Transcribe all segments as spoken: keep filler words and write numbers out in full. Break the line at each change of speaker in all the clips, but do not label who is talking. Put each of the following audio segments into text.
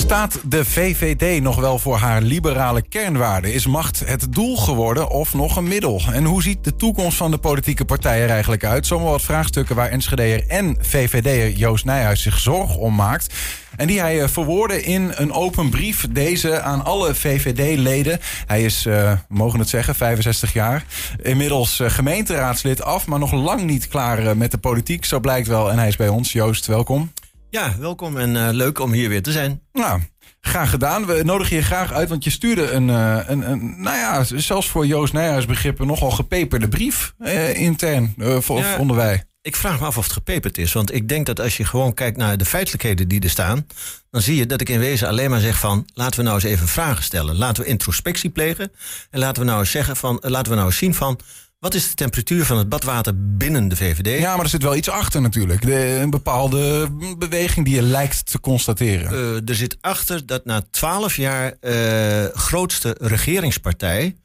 Staat de V V D nog wel voor haar liberale kernwaarden? Is macht het doel geworden of nog een middel? En hoe ziet de toekomst van de politieke partijen er eigenlijk uit? Zomaar wat vraagstukken waar Enschedeër en V V D'er Joost Nijhuis zich zorgen om maakt. En die hij verwoordde in een open brief. Deze aan alle V V D-leden. Hij is, uh, we mogen het zeggen, vijfenzestig jaar. Inmiddels uh, gemeenteraadslid af, maar nog lang niet klaar uh, met de politiek. Zo blijkt wel. En hij is bij ons. Joost, welkom.
Ja, welkom en uh, leuk om hier weer te zijn.
Nou, graag gedaan. We nodigen je graag uit, want je stuurde een, uh, een, een nou ja, zelfs voor Joost Nijhuis begrippen nogal gepeperde brief uh, intern, uh,
ja,
vonden wij.
Ik vraag me af of het gepeperd is, want ik denk dat als je gewoon kijkt naar de feitelijkheden die er staan, dan zie je dat ik in wezen alleen maar zeg van, laten we nou eens even vragen stellen. Laten we introspectie plegen en laten we nou eens zeggen van, uh, laten we nou eens zien van, wat is de temperatuur van het badwater binnen de V V D?
Ja, maar er zit wel iets achter natuurlijk. De, een bepaalde beweging die je lijkt te constateren.
Uh, er zit achter dat na twaalf jaar uh, grootste regeringspartij Uh,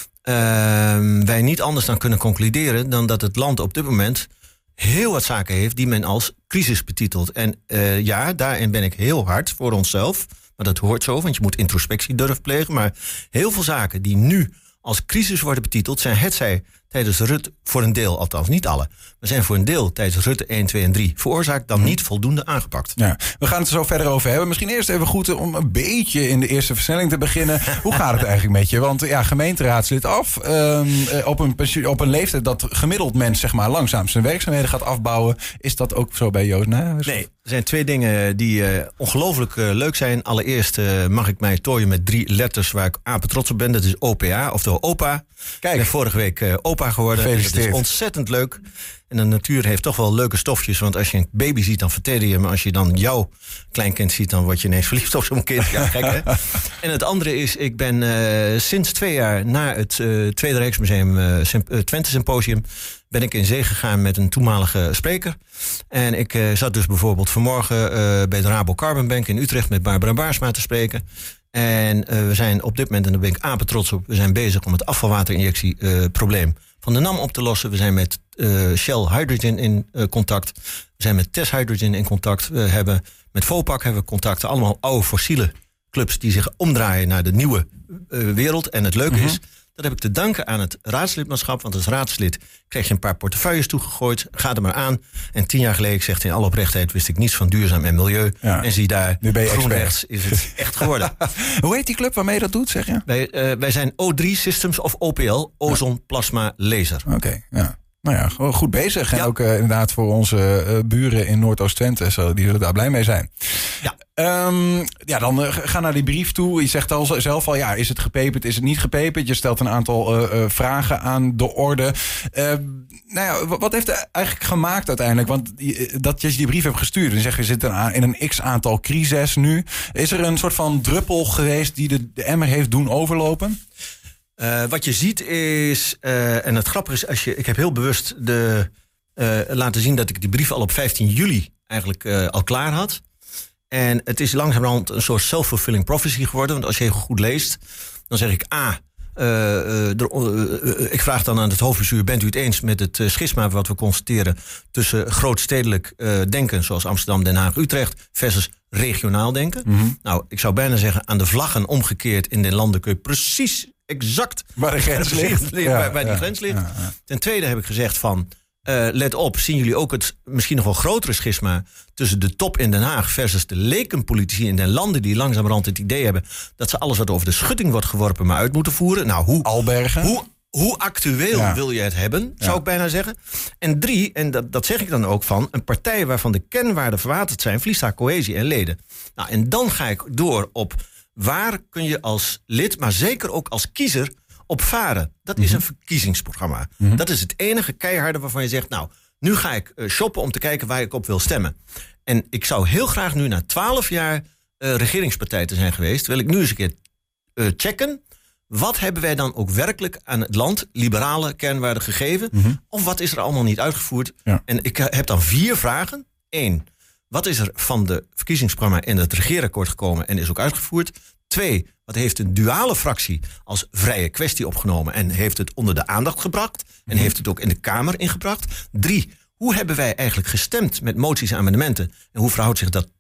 wij niet anders dan kunnen concluderen dan dat het land op dit moment heel wat zaken heeft die men als crisis betitelt. En uh, ja, daarin ben ik heel hard voor onszelf. Maar dat hoort zo, want je moet introspectie durven plegen. Maar heel veel zaken die nu als crisis worden betiteld zijn hetzij tijdens Rutte, voor een deel, althans niet alle, maar zijn voor een deel tijdens Rutte één, twee en drie veroorzaakt, dan niet voldoende aangepakt.
Ja, we gaan het er zo verder over hebben. Misschien eerst even goed om een beetje in de eerste versnelling te beginnen. Hoe gaat het eigenlijk met je? Want ja, gemeenteraadslid af. Um, op, een, op een leeftijd dat gemiddeld mens zeg maar langzaam zijn werkzaamheden gaat afbouwen. Is dat ook zo bij Joost Nijhuis?
Nee, er zijn twee dingen die uh, ongelooflijk uh, leuk zijn. Allereerst uh, mag ik mij tooien met drie letters waar ik apen trots op ben. Dat is O P A, oftewel opa. Kijk, ik ben vorige week uh, opa geworden. Dat is ontzettend leuk. En de natuur heeft toch wel leuke stofjes. Want als je een baby ziet, dan verteder je. Maar als je dan jouw kleinkind ziet, dan word je ineens verliefd op zo'n kind. Ja, gek hè? En het andere is, ik ben uh, sinds twee jaar na het uh, Tweede Rijksmuseum uh, Symp- uh, Twente Symposium ben ik in zee gegaan met een toenmalige spreker. En ik uh, zat dus bijvoorbeeld vanmorgen uh, bij de Rabo Carbon Bank in Utrecht met Barbara Baarsma te spreken. En uh, we zijn op dit moment, en daar ben ik apen trots op, we zijn bezig om het afvalwaterinjectie uh, probleem van de NAM op te lossen. We zijn met uh, Shell Hydrogen in uh, contact. We zijn met Tess Hydrogen in contact. We hebben met Vopak hebben we contacten. Allemaal oude fossiele clubs die zich omdraaien naar de nieuwe uh, wereld. En het leuke mm-hmm. is, dat heb ik te danken aan het raadslidmaatschap. Want als raadslid krijg je een paar portefeuilles toegegooid. Ga er maar aan. En tien jaar geleden, ik zeg het in alle oprechtheid, wist ik niets van duurzaam en milieu. Ja. En zie daar, GroenRechts is het echt geworden.
Hoe heet die club waarmee je dat doet, zeg je?
Wij, uh, wij zijn O drie Systems of O P L, Ozon ja. Plasma Laser.
Oké, okay, ja. Nou ja, gewoon goed bezig. En ja. ook uh, inderdaad voor onze uh, buren in Noordoost-Twente. Zo, die zullen daar blij mee zijn.
Ja.
Um, ja, dan uh, ga naar die brief toe. Je zegt al zelf al, ja, is het gepeperd, is het niet gepeperd? Je stelt een aantal uh, uh, vragen aan de orde. Uh, nou ja, wat heeft het eigenlijk gemaakt uiteindelijk? Want uh, dat je die brief hebt gestuurd. En zeg je zit in een x-aantal crises nu. Is er een soort van druppel geweest die de, de emmer heeft doen overlopen?
Uh, wat je ziet is, uh, en het grappige is, als je, ik heb heel bewust de, uh, laten zien dat ik die brief al op vijftien juli eigenlijk uh, al klaar had. En het is langzamerhand een soort self-fulfilling prophecy geworden. Want als je heel goed leest, dan zeg ik A. Uh, uh, er, uh, uh, ik vraag dan aan het hoofdbestuur, bent u het eens met het uh, schisma wat we constateren tussen grootstedelijk uh, denken, zoals Amsterdam, Den Haag, Utrecht, versus regionaal denken? Mm-hmm. Nou, ik zou bijna zeggen, aan de vlaggen omgekeerd in de landen kun je precies exact
waar de grens ligt.
Waar, ja, waar die ja, grens ligt. Ja, ja. Ten tweede heb ik gezegd van, uh, let op, zien jullie ook het misschien nog wel grotere schisma tussen de top in Den Haag versus de lekenpolitici in de landen die langzamerhand het idee hebben dat ze alles wat over de schutting wordt geworpen maar uit moeten voeren. Nou, hoe,
Albergen.
Hoe, hoe actueel ja. wil je het hebben, zou ja. ik bijna zeggen. En drie, en dat, dat zeg ik dan ook van, een partij waarvan de kernwaarden verwaterd zijn, verliest haar cohesie en leden. Nou, en dan ga ik door op waar kun je als lid, maar zeker ook als kiezer, op varen. Dat mm-hmm. is een verkiezingsprogramma. Mm-hmm. Dat is het enige keiharde waarvan je zegt, nou, nu ga ik uh, shoppen om te kijken waar ik op wil stemmen. En ik zou heel graag nu na twaalf jaar uh, regeringspartij te zijn geweest, wil ik nu eens een keer uh, checken, wat hebben wij dan ook werkelijk aan het land liberale kernwaarden gegeven? Mm-hmm. Of wat is er allemaal niet uitgevoerd? Ja. En ik uh, heb dan vier vragen. Eén, wat is er van de verkiezingsprogramma in het regeerakkoord gekomen en is ook uitgevoerd? Twee, wat heeft een duale fractie als vrije kwestie opgenomen en heeft het onder de aandacht gebracht en mm-hmm. heeft het ook in de Kamer ingebracht? Drie, hoe hebben wij eigenlijk gestemd met moties en amendementen en hoe verhoudt zich dat tot de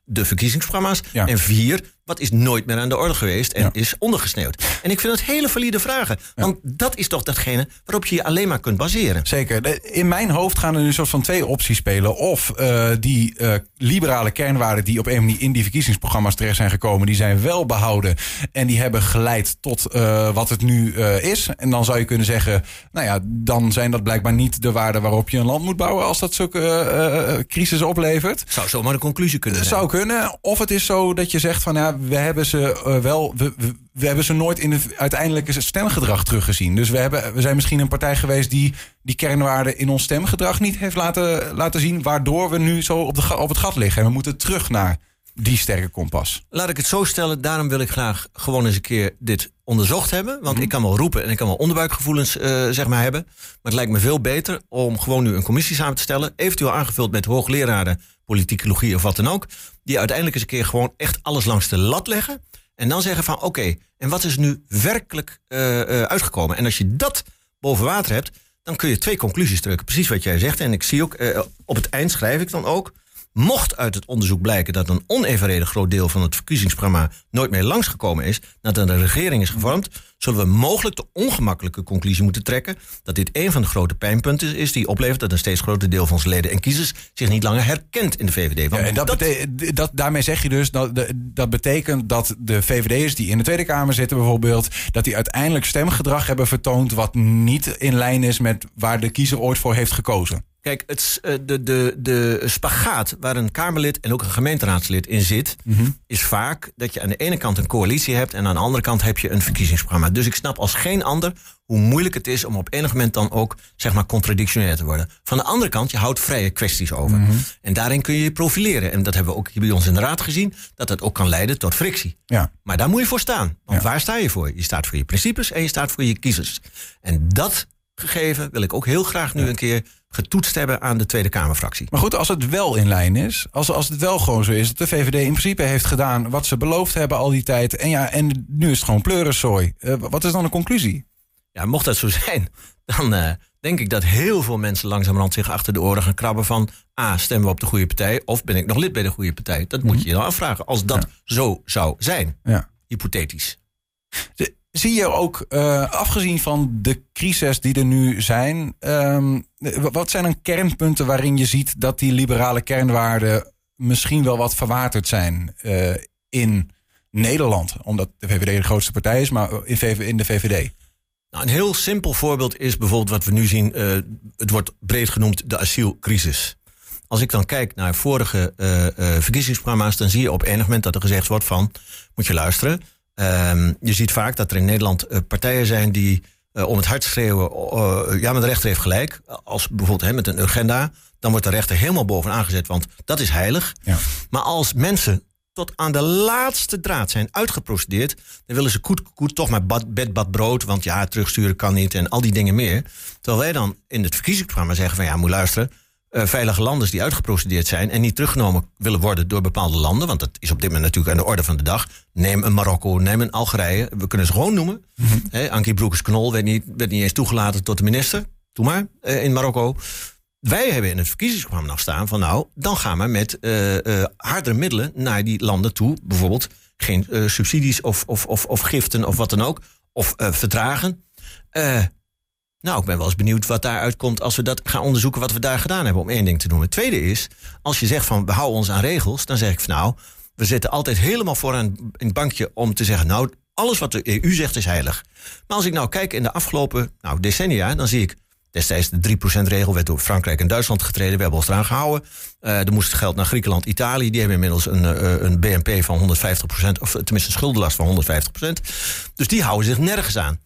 de verkiezingsprogramma's.
Ja.
En vier, wat is nooit meer aan de orde geweest en
Ja.
is ondergesneeuwd. En ik vind het hele valide vragen. Want ja. dat is toch datgene waarop je je alleen maar kunt baseren.
Zeker. In mijn hoofd gaan er nu een soort van twee opties spelen. Of uh, die uh, liberale kernwaarden die op een manier in die verkiezingsprogramma's terecht zijn gekomen, die zijn wel behouden. En die hebben geleid tot uh, wat het nu uh, is. En dan zou je kunnen zeggen, nou ja, dan zijn dat blijkbaar niet de waarden waarop je een land moet bouwen als dat zulke uh, uh, crisis oplevert.
Zou zomaar een conclusie kunnen zijn.
Zou kunnen. Of het is zo dat je zegt van ja, we hebben ze uh, wel. We, we, we hebben ze nooit in het uiteindelijke stemgedrag teruggezien. Dus we, hebben, we zijn misschien een partij geweest die die kernwaarden in ons stemgedrag niet heeft laten, laten zien. Waardoor we nu zo op, de, op het gat liggen. En we moeten terug naar die sterke kompas.
Laat ik het zo stellen. Daarom wil ik graag gewoon eens een keer dit onderzocht hebben. Want mm-hmm. ik kan wel roepen en ik kan wel onderbuikgevoelens uh, zeg maar hebben. Maar het lijkt me veel beter om gewoon nu een commissie samen te stellen. Eventueel aangevuld met hoogleraren politicologie of wat dan ook. Die uiteindelijk eens een keer gewoon echt alles langs de lat leggen. En dan zeggen van oké, okay, en wat is nu werkelijk uh, uh, uitgekomen? En als je dat boven water hebt, dan kun je twee conclusies trekken. Precies wat jij zegt. En ik zie ook, uh, op het eind schrijf ik dan ook. Mocht uit het onderzoek blijken dat een onevenredig groot deel van het verkiezingsprogramma nooit meer langsgekomen is, nadat een regering is gevormd, zullen we mogelijk de ongemakkelijke conclusie moeten trekken dat dit een van de grote pijnpunten is die oplevert dat een steeds groter deel van onze leden en kiezers zich niet langer herkent in de V V D. Want
ja, en dat
dat...
Bete- dat, daarmee zeg je dus, dat, dat betekent dat de V V D'ers die in de Tweede Kamer zitten bijvoorbeeld, dat die uiteindelijk stemgedrag hebben vertoond wat niet in lijn is met waar de kiezer ooit voor heeft gekozen.
Kijk, het, de, de, de spagaat waar een Kamerlid en ook een gemeenteraadslid in zit, mm-hmm. is vaak dat je aan de ene kant een coalitie hebt en aan de andere kant heb je een verkiezingsprogramma. Dus ik snap als geen ander hoe moeilijk het is om op enig moment dan ook, zeg maar, contradictionair te worden. Van de andere kant, je houdt vrije kwesties over. Mm-hmm. En daarin kun je je profileren. En dat hebben we ook hier bij ons in de raad gezien, dat dat ook kan leiden tot frictie.
Ja.
Maar daar moet je voor staan. Want
ja.
waar sta je voor? Je staat voor je principes en je staat voor je kiezers. En dat gegeven wil ik ook heel graag nu ja. een keer getoetst hebben aan de Tweede Kamerfractie.
Maar goed, als het wel in lijn is, als, als het wel gewoon zo is, dat de V V D in principe heeft gedaan wat ze beloofd hebben al die tijd, en ja, en nu is het gewoon pleurensooi. Uh, wat is dan de conclusie?
Ja, mocht dat zo zijn, dan uh, denk ik dat heel veel mensen langzamerhand zich achter de oren gaan krabben van, A, stemmen we op de goede partij, of ben ik nog lid bij de goede partij? Dat mm-hmm. moet je je dan afvragen, als dat ja. zo zou zijn. Ja. Hypothetisch.
De, Zie je ook, uh, afgezien van de crises die er nu zijn, um, wat zijn dan kernpunten waarin je ziet dat die liberale kernwaarden misschien wel wat verwaterd zijn uh, in Nederland? Omdat de V V D de grootste partij is, maar in, in de V V D.
Nou, een heel simpel voorbeeld is bijvoorbeeld wat we nu zien, uh, het wordt breed genoemd de asielcrisis. Als ik dan kijk naar vorige uh, uh, verkiezingsprogramma's, dan zie je op enig moment dat er gezegd wordt van, moet je luisteren. Um, je ziet vaak dat er in Nederland uh, partijen zijn die uh, om het hart schreeuwen, uh, ja, maar de rechter heeft gelijk. Als bijvoorbeeld he, met een agenda, dan wordt de rechter helemaal bovenaan gezet, want dat is heilig. Ja. Maar als mensen tot aan de laatste draad zijn uitgeprocedeerd, dan willen ze koet, koet toch maar bad, bed, bad, brood, want ja, terugsturen kan niet en al die dingen meer. Terwijl wij dan in het verkiezingsprogramma zeggen van ja, moet luisteren. Uh, veilige landers die uitgeprocedeerd zijn en niet teruggenomen willen worden door bepaalde landen, want dat is op dit moment natuurlijk aan de orde van de dag. Neem een Marokko, neem een Algerije, we kunnen ze gewoon noemen. Mm-hmm. He, Ankie Broekers-Knol werd niet, werd niet eens toegelaten tot de minister, doe maar, uh, in Marokko. Wij hebben in het verkiezingsprogramma nog staan van nou, dan gaan we met uh, uh, hardere middelen naar die landen toe. Bijvoorbeeld geen uh, subsidies of, of, of, of giften of wat dan ook, of uh, verdragen. Uh, Nou, ik ben wel eens benieuwd wat daaruit komt als we dat gaan onderzoeken wat we daar gedaan hebben, om één ding te noemen. Het tweede is, als je zegt van we houden ons aan regels, dan zeg ik van nou, we zitten altijd helemaal vooraan in het bankje om te zeggen, nou, alles wat de E U zegt is heilig. Maar als ik nou kijk in de afgelopen nou, decennia, dan zie ik destijds de drie procent regel werd door Frankrijk en Duitsland getreden. We hebben ons eraan gehouden. Uh, er moest geld naar Griekenland, Italië. Die hebben inmiddels een, uh, een B N P van honderdvijftig procent, of tenminste een schuldenlast van honderdvijftig procent. Dus die houden zich nergens aan.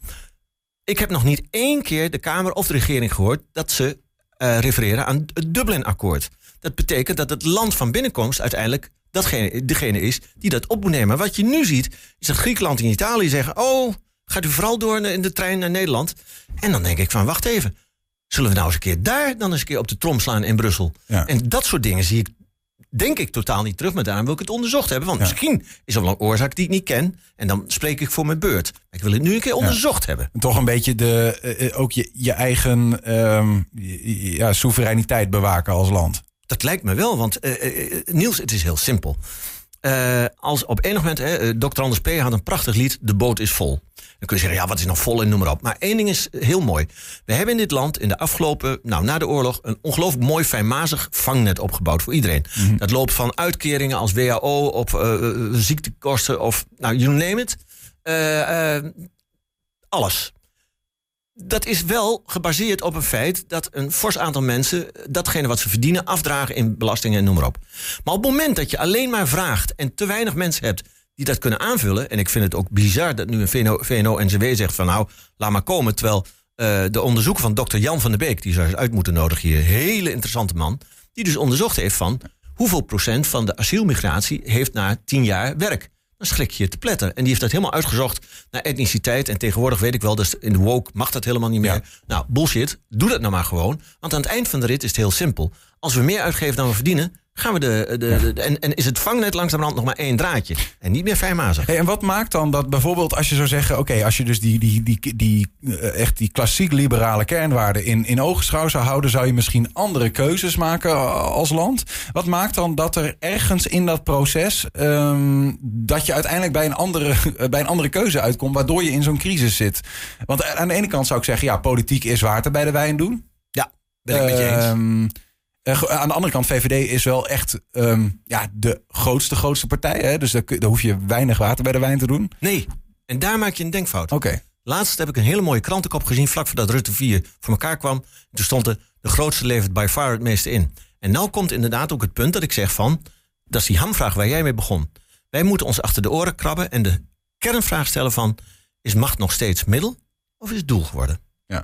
Ik heb nog niet één keer de Kamer of de regering gehoord dat ze uh, refereren aan het Dublin-akkoord. Dat betekent dat het land van binnenkomst uiteindelijk datgene, degene is die dat op moet nemen. Wat je nu ziet, is dat Griekenland en Italië zeggen, oh, gaat u vooral door in de trein naar Nederland. En dan denk ik van, wacht even, zullen we nou eens een keer daar dan eens een keer op de trom slaan in Brussel? Ja. En dat soort dingen zie ik, denk ik, totaal niet terug, maar daarom wil ik het onderzocht hebben. Want ja. misschien is er wel een oorzaak die ik niet ken. En dan spreek ik voor mijn beurt. Ik wil het nu een keer onderzocht ja. hebben.
Toch een beetje de, uh, ook je, je eigen um, ja, soevereiniteit bewaken als land.
dat lijkt me wel, want uh, uh, Niels, het is heel simpel. Uh, als op enig moment, uh, dokter Anders P. had een prachtig lied, De boot is vol. Dan kun je zeggen, ja, wat is nog vol en noem maar op. Maar één ding is heel mooi. We hebben in dit land in de afgelopen, nou na de oorlog, een ongelooflijk mooi fijnmazig vangnet opgebouwd voor iedereen. Mm-hmm. Dat loopt van uitkeringen als W H O op uh, ziektekosten of, nou, you name it. Uh, uh, alles. Dat is wel gebaseerd op een feit dat een fors aantal mensen datgene wat ze verdienen afdragen in belastingen en noem maar op. Maar op het moment dat je alleen maar vraagt en te weinig mensen hebt die dat kunnen aanvullen, en ik vind het ook bizar dat nu een V N O N C W zegt van nou, laat maar komen, terwijl uh, de onderzoeker van dokter Jan van der Beek, die zou eens uit moeten nodigen hier, hele interessante man, die dus onderzocht heeft van hoeveel procent van de asielmigratie heeft na tien jaar werk. Dan schrik je te pletter. En die heeft dat helemaal uitgezocht naar etniciteit. En tegenwoordig weet ik wel, dus in de woke mag dat helemaal niet meer. Ja. Nou, bullshit. Doe dat nou maar gewoon. Want aan het eind van de rit is het heel simpel. Als we meer uitgeven dan we verdienen, gaan we de... de, de, de en, en is het vangnet langzamerhand nog maar één draadje. En niet meer fijnmazig.
Hey, en wat maakt dan dat bijvoorbeeld als je zou zeggen, oké, okay, als je dus die, die, die, die, uh, echt die klassiek liberale kernwaarden in, in ogenschouw zou houden, zou je misschien andere keuzes maken als land. Wat maakt dan dat er ergens in dat proces um, dat je uiteindelijk bij een andere, bij een andere keuze uitkomt, waardoor je in zo'n crisis zit? Want aan de ene kant zou ik zeggen, ja, politiek is water bij de wijn doen.
Ja, ben ik met je eens.
Um, Uh, aan de andere kant, V V D is wel echt um, ja, de grootste, grootste partij. Hè? Dus daar, daar hoef je weinig water bij de wijn te doen.
Nee, en daar maak je een denkfout.
Oké. Okay.
Laatst heb ik een hele mooie krantenkop gezien, vlak voordat Rutte vier voor elkaar kwam. Toen stond er, de grootste levert by far het meeste in. En nou komt inderdaad ook het punt dat ik zeg van, dat is die hamvraag waar jij mee begon. Wij moeten ons achter de oren krabben en de kernvraag stellen van, is macht nog steeds middel of is het doel geworden?
Ja.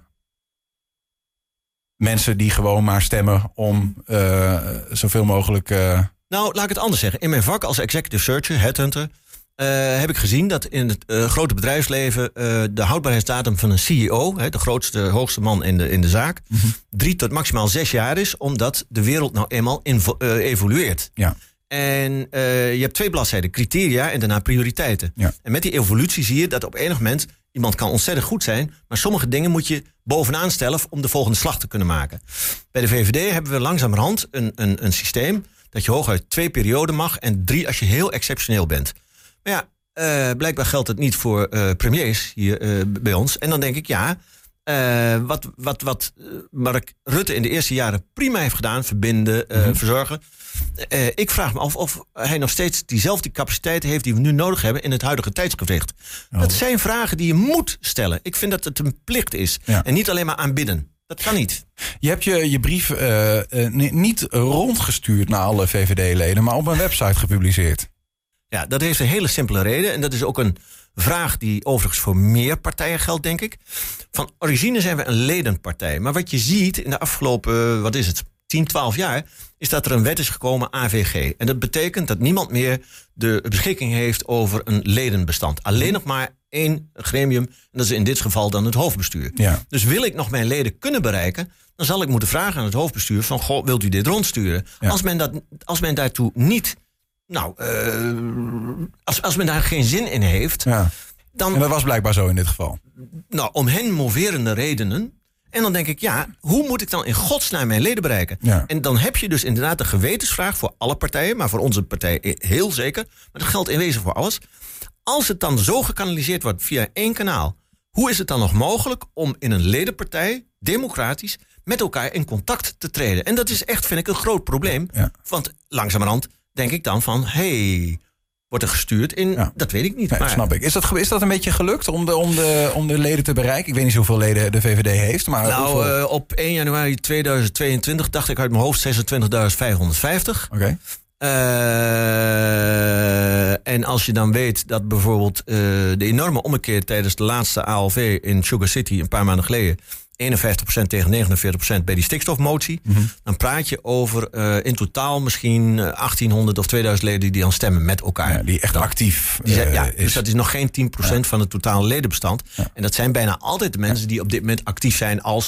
Mensen die gewoon maar stemmen om uh, zoveel mogelijk... Uh...
Nou, laat ik het anders zeggen. In mijn vak als executive searcher, headhunter, uh, heb ik gezien dat in het uh, grote bedrijfsleven uh, de houdbaarheidsdatum van een C E O, hè, de grootste, hoogste man in de, in de zaak, mm-hmm. drie tot maximaal zes jaar is, omdat de wereld nou eenmaal invo- uh, evolueert.
Ja.
En uh, je hebt twee bladzijden, criteria en daarna prioriteiten.
Ja.
En met die evolutie zie je dat op enig moment iemand kan ontzettend goed zijn, maar sommige dingen moet je bovenaan stellen om de volgende slag te kunnen maken. Bij de V V D hebben we langzamerhand een, een, een systeem dat je hooguit twee perioden mag en drie als je heel exceptioneel bent. Maar ja, uh, blijkbaar geldt het niet voor uh, premiers hier uh, bij ons. En dan denk ik, ja, uh, wat, wat, wat uh, Mark Rutte in de eerste jaren prima heeft gedaan, verbinden, uh, mm-hmm. verzorgen. Uh, ik vraag me af of hij nog steeds diezelfde capaciteiten heeft die we nu nodig hebben in het huidige tijdsgewicht. Oh. Dat zijn vragen die je moet stellen. Ik vind dat het een plicht is. Ja. En niet alleen maar aanbidden. Dat kan niet.
Je hebt je, je brief uh, uh, niet rondgestuurd naar alle V V D-leden, maar op een website gepubliceerd.
Ja, dat heeft een hele simpele reden. En dat is ook een vraag die overigens voor meer partijen geldt, denk ik. Van origine zijn we een ledenpartij. Maar wat je ziet in de afgelopen, wat is het, tien, twaalf jaar, is dat er een wet is gekomen, A V G. En dat betekent dat niemand meer de beschikking heeft over een ledenbestand. Alleen nog maar één gremium, en dat is in dit geval dan het hoofdbestuur.
Ja.
Dus wil ik nog mijn leden kunnen bereiken, dan zal ik moeten vragen aan het hoofdbestuur van, goh, wilt u dit rondsturen? Ja. Als men dat, als men daartoe niet, nou, uh, als, als men daar geen zin in heeft,
ja.
dan...
En dat was blijkbaar zo in dit geval.
Nou, om hen moverende redenen. En dan denk ik, ja, hoe moet ik dan in godsnaam mijn leden bereiken?
Ja.
En dan heb je dus inderdaad de gewetensvraag voor alle partijen, maar voor onze partij heel zeker. Maar dat geldt in wezen voor alles. Als het dan zo gekanaliseerd wordt via één kanaal, hoe is het dan nog mogelijk om in een ledenpartij, democratisch, met elkaar in contact te treden? En dat is echt, vind ik, een groot probleem.
Ja.
Want langzamerhand denk ik dan van, hey, wordt er gestuurd in, ja. dat weet ik niet.
Nee,
maar...
snap ik. Is dat, is dat een beetje gelukt om de, om, de, om de leden te bereiken? Ik weet niet hoeveel leden de V V D heeft. Maar
nou,
hoeveel...
uh, op één januari tweeduizend tweeëntwintig dacht ik uit mijn hoofd zesentwintigduizend vijfhonderdvijftig.
Oké. Okay.
Uh, en als je dan weet dat bijvoorbeeld uh, de enorme ommekeer tijdens de laatste A L V in Sugar City een paar maanden geleden, eenenvijftig procent tegen negenenveertig procent bij die stikstofmotie,
mm-hmm.
dan praat je over uh, in totaal misschien achttienhonderd of tweeduizend leden die dan stemmen met elkaar.
Ja, die echt
dan,
actief
die zijn, ja,
uh, is.
Dus dat is nog geen tien procent ja. van het totale ledenbestand.
Ja.
En dat zijn bijna altijd de mensen die op dit moment actief zijn als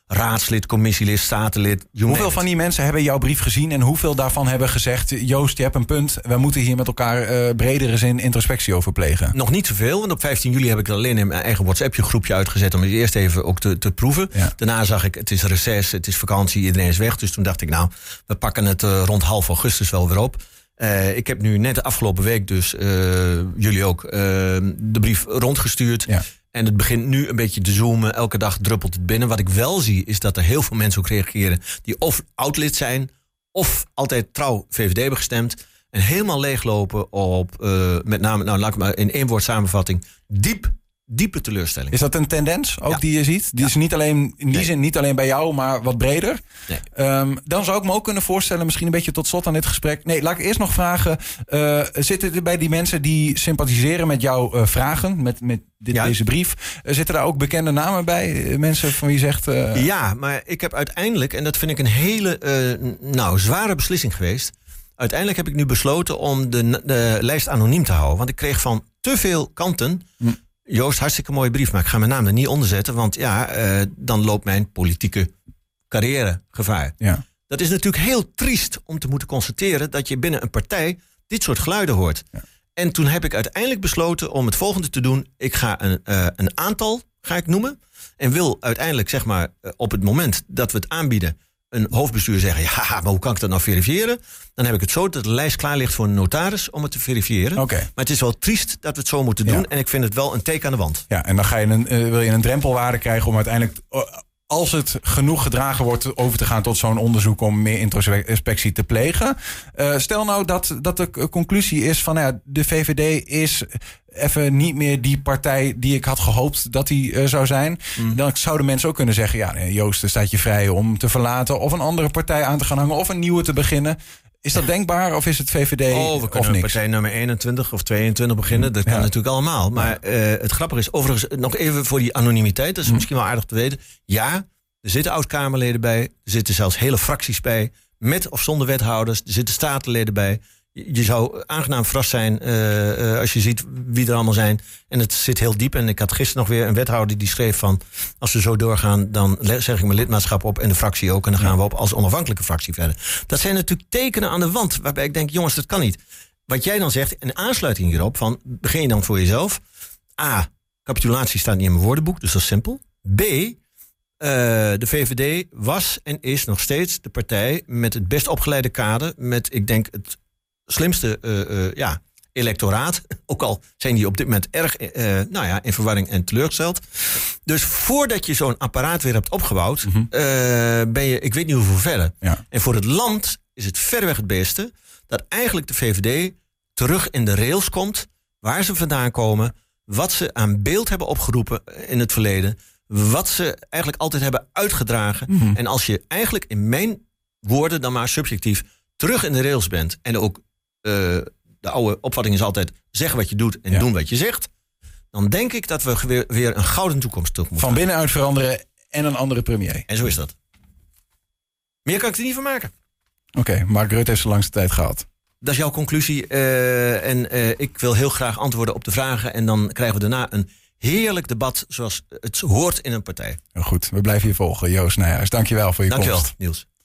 raadslid, commissielid, statenlid.
Hoeveel van die mensen hebben jouw brief gezien en hoeveel daarvan hebben gezegd, Joost, je hebt een punt, we moeten hier met elkaar uh, bredere zin introspectie over plegen?
Nog niet zoveel, want op vijftien juli heb ik er alleen in mijn eigen WhatsAppje groepje uitgezet om het eerst even ook te, te proeven. Ja. Daarna zag ik, het is reces, het is vakantie, iedereen is weg. Dus toen dacht ik, nou, we pakken het uh, rond half augustus wel weer op. Uh, ik heb nu net de afgelopen week dus, uh, jullie ook, uh, de brief rondgestuurd. Ja. En het begint nu een beetje te zoomen. Elke dag druppelt het binnen. Wat ik wel zie is dat er heel veel mensen ook reageren die of oud-lid zijn of altijd trouw V V D hebben gestemd. En helemaal leeglopen op, uh, met name, nou laat ik maar in één woord samenvatting, diep, diepe teleurstelling.
Is dat een tendens ook ja. die je ziet? Die ja. is niet alleen, in die nee. zin niet alleen bij jou, maar wat breder. Nee. Um, dan zou ik me ook kunnen voorstellen, misschien een beetje tot slot aan dit gesprek. Nee, laat ik eerst nog vragen, uh, zitten er bij die mensen die sympathiseren met jouw uh, vragen, met, met dit, ja. deze brief, uh, zitten daar ook bekende namen bij? Uh, mensen van wie je zegt... Uh...
Ja, maar ik heb uiteindelijk, en dat vind ik een hele uh, nou, zware beslissing geweest. Uiteindelijk heb ik nu besloten om de, de lijst anoniem te houden. Want ik kreeg van te veel kanten... Hm. Joost, hartstikke mooie brief, maar ik ga mijn naam er niet onder zetten. Want ja, uh, dan loopt mijn politieke carrière gevaar. Ja. Dat is natuurlijk heel triest om te moeten constateren dat je binnen een partij dit soort geluiden hoort. Ja. En toen heb ik uiteindelijk besloten om het volgende te doen. Ik ga een, uh, een aantal, ga ik noemen. En wil uiteindelijk, zeg maar, uh, op het moment dat we het aanbieden, een hoofdbestuur zeggen, ja, maar hoe kan ik dat nou verifiëren? Dan heb ik het zo dat de lijst klaar ligt voor een notaris om het te verifiëren. Okay. Maar het is wel triest dat we het zo moeten doen. Ja. En ik vind het wel een teken aan de wand.
Ja, en dan ga je een, uh, wil je een drempelwaarde krijgen om uiteindelijk, uh, als het genoeg gedragen wordt, over te gaan tot zo'n onderzoek om meer introspectie te plegen. Uh, stel nou dat, dat de conclusie is van, nou ja, de V V D is even niet meer die partij die ik had gehoopt dat die uh, zou zijn. Mm. Dan zouden mensen ook kunnen zeggen, ja, nee, Joost, dan staat je vrij om te verlaten of een andere partij aan te gaan hangen of een nieuwe te beginnen. Is dat denkbaar of is het V V D
oh, we kunnen
of niks?
Partij nummer eenentwintig of tweeëntwintig beginnen. Dat kan ja. natuurlijk allemaal. Maar uh, het grappige is, overigens, nog even voor die anonimiteit. Dat is mm. misschien wel aardig te weten. Ja, er zitten oud-Kamerleden bij. Er zitten zelfs hele fracties bij. Met of zonder wethouders. Er zitten statenleden bij. Je zou aangenaam verrast zijn uh, uh, als je ziet wie er allemaal zijn. En het zit heel diep. En ik had gisteren nog weer een wethouder die schreef van, als we zo doorgaan, dan zeg ik mijn lidmaatschap op en de fractie ook. En dan gaan ja. we op als onafhankelijke fractie verder. Dat zijn natuurlijk tekenen aan de wand waarbij ik denk, jongens, dat kan niet. Wat jij dan zegt, in aansluiting hierop, van begin je dan voor jezelf. A, capitulatie staat niet in mijn woordenboek, dus dat is simpel. B, Uh, de V V D was en is nog steeds de partij met het best opgeleide kader, met, ik denk, het slimste uh, uh, ja, electoraat. Ook al zijn die op dit moment erg uh, nou ja, in verwarring en teleurgesteld. Dus voordat je zo'n apparaat weer hebt opgebouwd, mm-hmm. uh, ben je, ik weet niet hoeveel verder. Ja. En voor het land is het verreweg het beste dat eigenlijk de V V D terug in de rails komt, waar ze vandaan komen, wat ze aan beeld hebben opgeroepen in het verleden, wat ze eigenlijk altijd hebben uitgedragen. Mm-hmm. En als je eigenlijk in mijn woorden dan maar subjectief terug in de rails bent en ook uh, de oude opvatting is altijd zeg wat je doet en ja. doen wat je zegt, dan denk ik dat we weer, weer een gouden toekomst toe moeten
van gaan. Binnenuit veranderen en een andere premier.
En zo is dat. Meer kan ik er niet van maken.
Oké, okay, Mark Rutte heeft zo langste tijd gehad.
Dat is jouw conclusie. Uh, en uh, ik wil heel graag antwoorden op de vragen en dan krijgen we daarna een heerlijk debat zoals het hoort in een partij.
Goed, we blijven je volgen. Joost Nijhuis, dank je wel voor je
dank
komst.
Dank je wel, Niels.